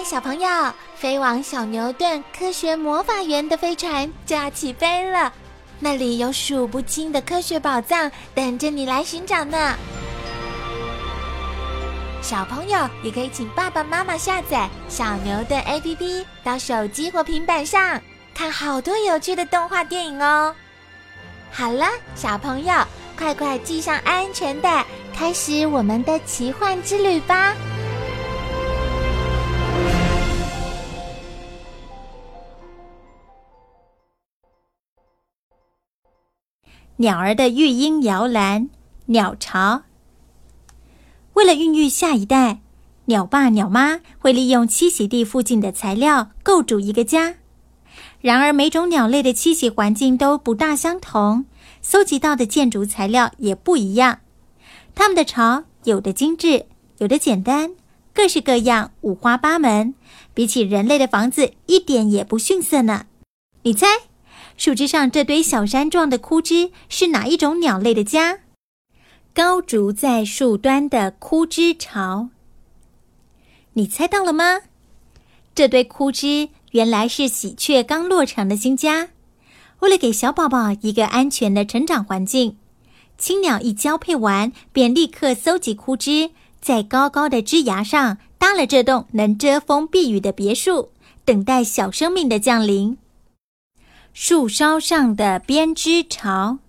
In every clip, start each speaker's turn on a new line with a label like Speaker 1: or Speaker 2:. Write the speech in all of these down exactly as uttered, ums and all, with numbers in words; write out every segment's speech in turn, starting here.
Speaker 1: 小朋友，飞往小牛顿科学魔法园的飞船就要起飞了，那里有数不清的科学宝藏等着你来寻找呢。小朋友也可以请爸爸妈妈下载小牛顿 A P P 到手机或平板上，看好多有趣的动画电影哦。好了，小朋友，快快系上安全带，开始我们的奇幻之旅吧。
Speaker 2: 鸟儿的育婴摇篮，鸟巢。为了孕育下一代，鸟爸鸟妈会利用栖息地附近的材料构筑一个家。然而每种鸟类的栖息环境都不大相同，搜集到的建筑材料也不一样。它们的巢有的精致，有的简单，各式各样，五花八门，比起人类的房子一点也不逊色呢。你猜树枝上这堆小山状的枯枝是哪一种鸟类的家？高筑在树端的枯枝巢。你猜到了吗？这堆枯枝原来是喜鹊刚落成的新家。为了给小宝宝一个安全的成长环境，青鸟一交配完便立刻搜集枯枝，在高高的枝芽上搭了这栋能遮风避雨的别墅，等待小生命的降临。树梢上的编织巢。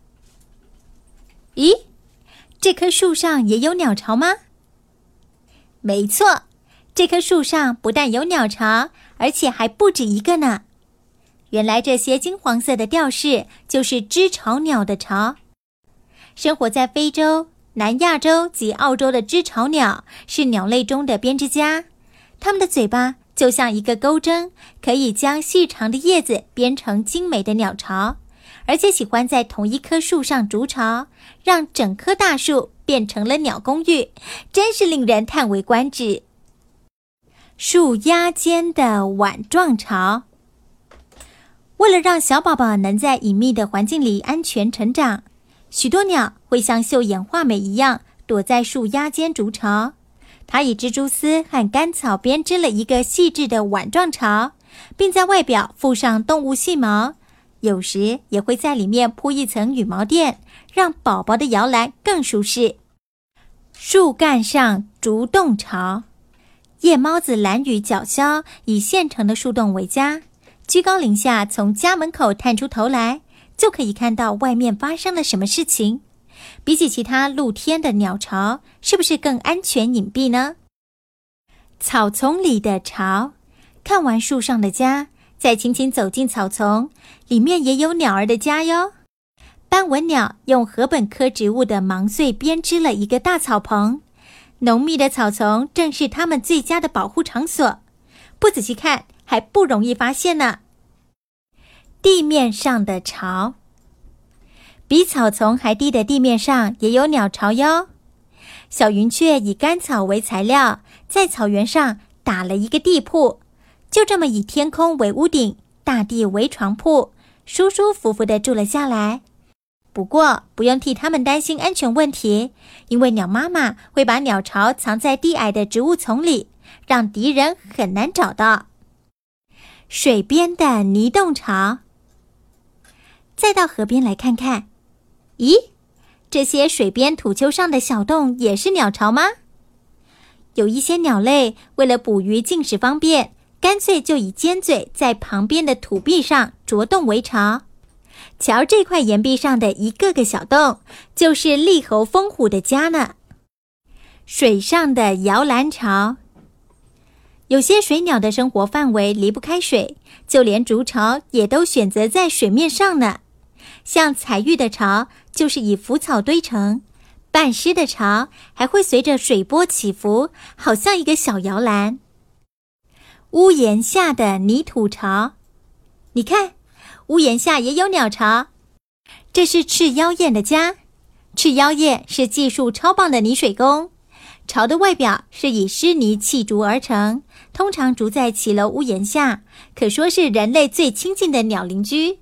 Speaker 2: 咦，这棵树上也有鸟巢吗？没错，这棵树上不但有鸟巢，而且还不止一个呢。原来这些金黄色的吊饰就是知巢鸟的巢。生活在非洲、南亚洲及澳洲的知巢鸟是鸟类中的编织家，它们的嘴巴就像一个钩针，可以将细长的叶子编成精美的鸟巢，而且喜欢在同一棵树上筑巢，让整棵大树变成了鸟公寓，真是令人叹为观止。树丫间的碗状巢。为了让小宝宝能在隐秘的环境里安全成长，许多鸟会像秀眼画眉一样躲在树丫间筑巢。它以蜘蛛丝和干草编织了一个细致的碗状巢，并在外表附上动物细毛，有时也会在里面铺一层羽毛垫，让宝宝的摇篮更舒适。树干上竹洞巢。夜猫子蓝羽角鸮以现成的树洞为家，居高临下从家门口探出头来，就可以看到外面发生了什么事情。比起其他露天的鸟巢，是不是更安全隐蔽呢？草丛里的巢。看完树上的家，再轻轻走进草丛，里面也有鸟儿的家哟。斑纹鸟用禾本科植物的芒穗编织了一个大草棚，浓密的草丛正是它们最佳的保护场所，不仔细看还不容易发现呢。地面上的巢。比草丛还低的地面上也有鸟巢哟。小云雀以干草为材料，在草原上打了一个地铺，就这么以天空为屋顶，大地为床铺，舒舒服服地住了下来。不过不用替它们担心安全问题，因为鸟妈妈会把鸟巢藏在低矮的植物丛里，让敌人很难找到。水边的泥洞巢。再到河边来看看，咦，这些水边土丘上的小洞也是鸟巢吗？有一些鸟类为了捕鱼进食方便，干脆就以尖嘴在旁边的土壁上啄洞为巢。瞧这块岩壁上的一个个小洞，就是利喉蜂虎的家呢。水上的摇篮巢。有些水鸟的生活范围离不开水，就连筑巢也都选择在水面上呢。像彩玉的巢就是以浮草堆成，半湿的巢还会随着水波起伏，好像一个小摇篮。屋檐下的泥土巢。你看，屋檐下也有鸟巢，这是赤腰燕的家。赤腰燕是技术超棒的泥水工，巢的外表是以湿泥砌筑而成，通常筑在骑楼屋檐下，可说是人类最亲近的鸟邻居。